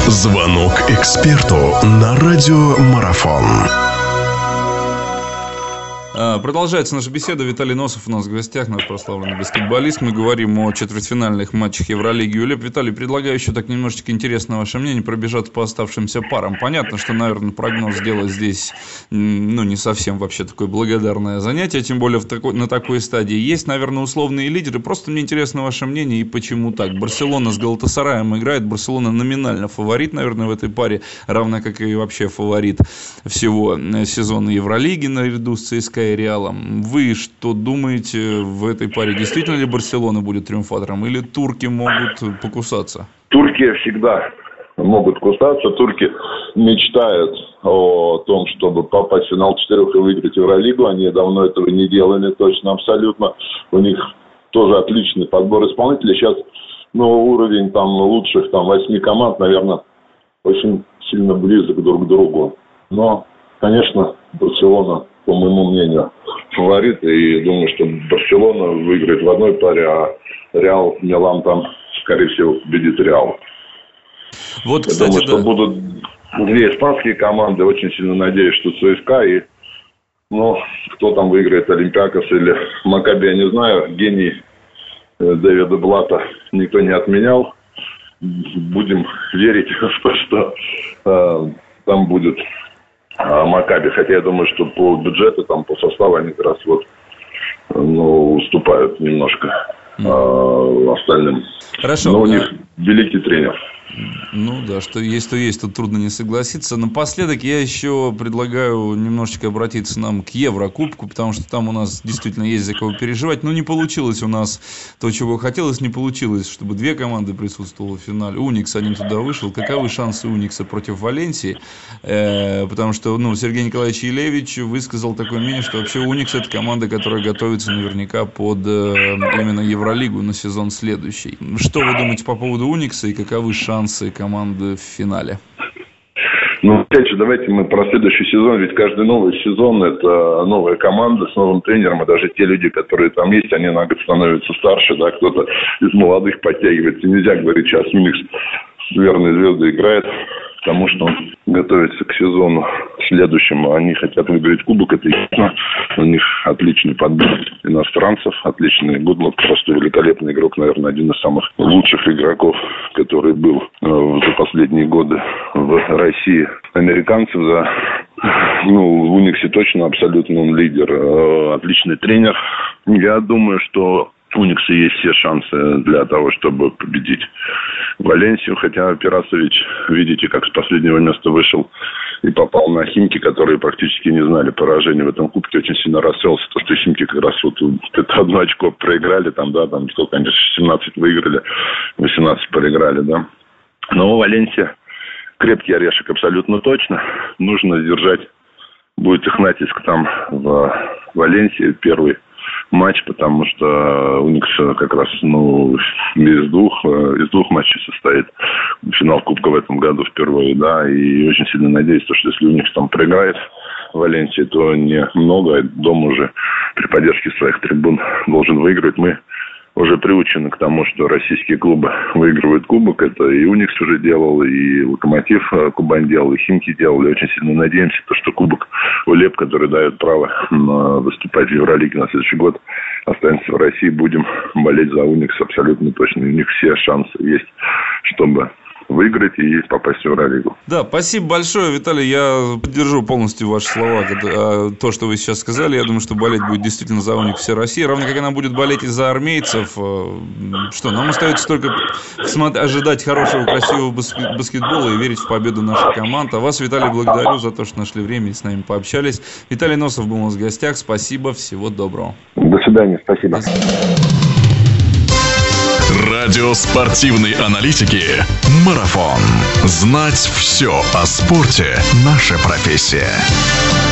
Звонок эксперту на радио Марафон. Продолжается наша беседа. Виталий Носов у нас в гостях, наш прославленный баскетболист. Мы говорим о четвертьфинальных матчах Евролиги ЮЛЕП. Виталий, предлагаю еще так немножечко интересно ваше мнение, пробежаться по оставшимся парам. Понятно, что, наверное, прогноз сделать здесь, не совсем вообще такое благодарное занятие, тем более на такой стадии. Есть, наверное, условные лидеры. Просто мне интересно ваше мнение и почему так. Барселона с Галатасараем играет. Барселона номинально фаворит, наверное, в этой паре, равно как и вообще фаворит всего сезона Евролиги наряду с ЦСКА и Реалом. Вы что думаете в этой паре? Действительно ли Барселона будет триумфатором или турки могут покусаться? Турки всегда могут кусаться. Турки мечтают о том, чтобы попасть в финал 4 и выиграть Евролигу. Они давно этого не делали, точно, абсолютно. У них тоже отличный подбор исполнителей. Сейчас уровень лучших 8 команд, наверное, очень сильно близок друг к другу. Но, конечно, Барселона, по моему мнению, фаворит. И думаю, что Барселона выиграет в одной паре, а Реал, Милан там, скорее всего, победит Реал. Вот, я кстати, думаю, что будут две испанские команды. Очень сильно надеюсь, что ЦСКА и... кто там выиграет, Олимпиакос или Макаби, я не знаю. Гений Дэвида Блата никто не отменял. Будем верить, что там будет Макаби. Хотя я думаю, что по бюджету, по составу они как раз уступают немножко остальным. Хорошо. Но у них великий тренер. Что есть, то есть, тут трудно не согласиться. Напоследок я еще предлагаю немножечко обратиться нам к Еврокубку, потому что там у нас действительно есть за кого переживать. Но не получилось у нас то, чего хотелось, не получилось, чтобы две команды присутствовали в финале. Уникс один туда вышел. Каковы шансы Уникса против Валенсии? Потому что Сергей Николаевич Елевич высказал такое мнение, что вообще Уникс — это команда, которая готовится наверняка под именно Евролигу на сезон следующий. Что вы думаете по поводу Уникса и каковы шансы команды в финале? Опять же, давайте мы про следующий сезон, ведь каждый новый сезон – это новая команда с новым тренером, и даже те люди, которые там есть, они на год становятся старше, кто-то из молодых подтягивается. Нельзя говорить, сейчас Уникс с верной звездой играет, потому что он готовится к сезону следующему. Они хотят выиграть кубок, это ясно. У них отличный подбор иностранцев, отличный Гудлов, просто великолепный игрок, наверное, один из самых лучших игроков, который был за последние годы в России. Американцев, в Униксе точно абсолютно он лидер. Отличный тренер. Я думаю, что у Уникса есть все шансы для того, чтобы победить Валенсию. Хотя Пирасович, видите, как с последнего места вышел и попал на Химки, которые практически не знали поражения в этом кубке. Очень сильно расстроился, потому что Химки как раз это одно очко проиграли, сколько они, 17 выиграли, 18 проиграли, Но Валенсия крепкий орешек абсолютно точно. Нужно сдержать будет их натиск в Валенсии первый матч, потому что Уникс как раз из двух матчей состоит. Финал Кубка в этом году впервые, и очень сильно надеюсь, что если Уникс там проиграет Валенсии, то не много, дома уже при поддержке своих трибун должен выиграть. Мы уже приучены к тому, что российские клубы выигрывают кубок. Это и Уникс уже делал, и Локомотив Кубань делал, и Химки делали. Очень сильно надеемся, что кубок УЛЕП, который дает право выступать в Евролиге на следующий год, останется в России. Будем болеть за Уникс абсолютно точно. У них все шансы есть, чтобы выиграть и попасть в Евролигу. Да, спасибо большое, Виталий. Я поддержу полностью ваши слова. То, что вы сейчас сказали, я думаю, что болеть будет действительно за Уникс вся Россия. Равно как она будет болеть и за армейцев. Нам остается только ожидать хорошего, красивого баскетбола и верить в победу наших команд. А вас, Виталий, благодарю за то, что нашли время и с нами пообщались. Виталий Носов был у нас в гостях. Спасибо, всего доброго. До свидания, спасибо. Радио спортивной аналитики «Марафон». Знать все о спорте – наша профессия.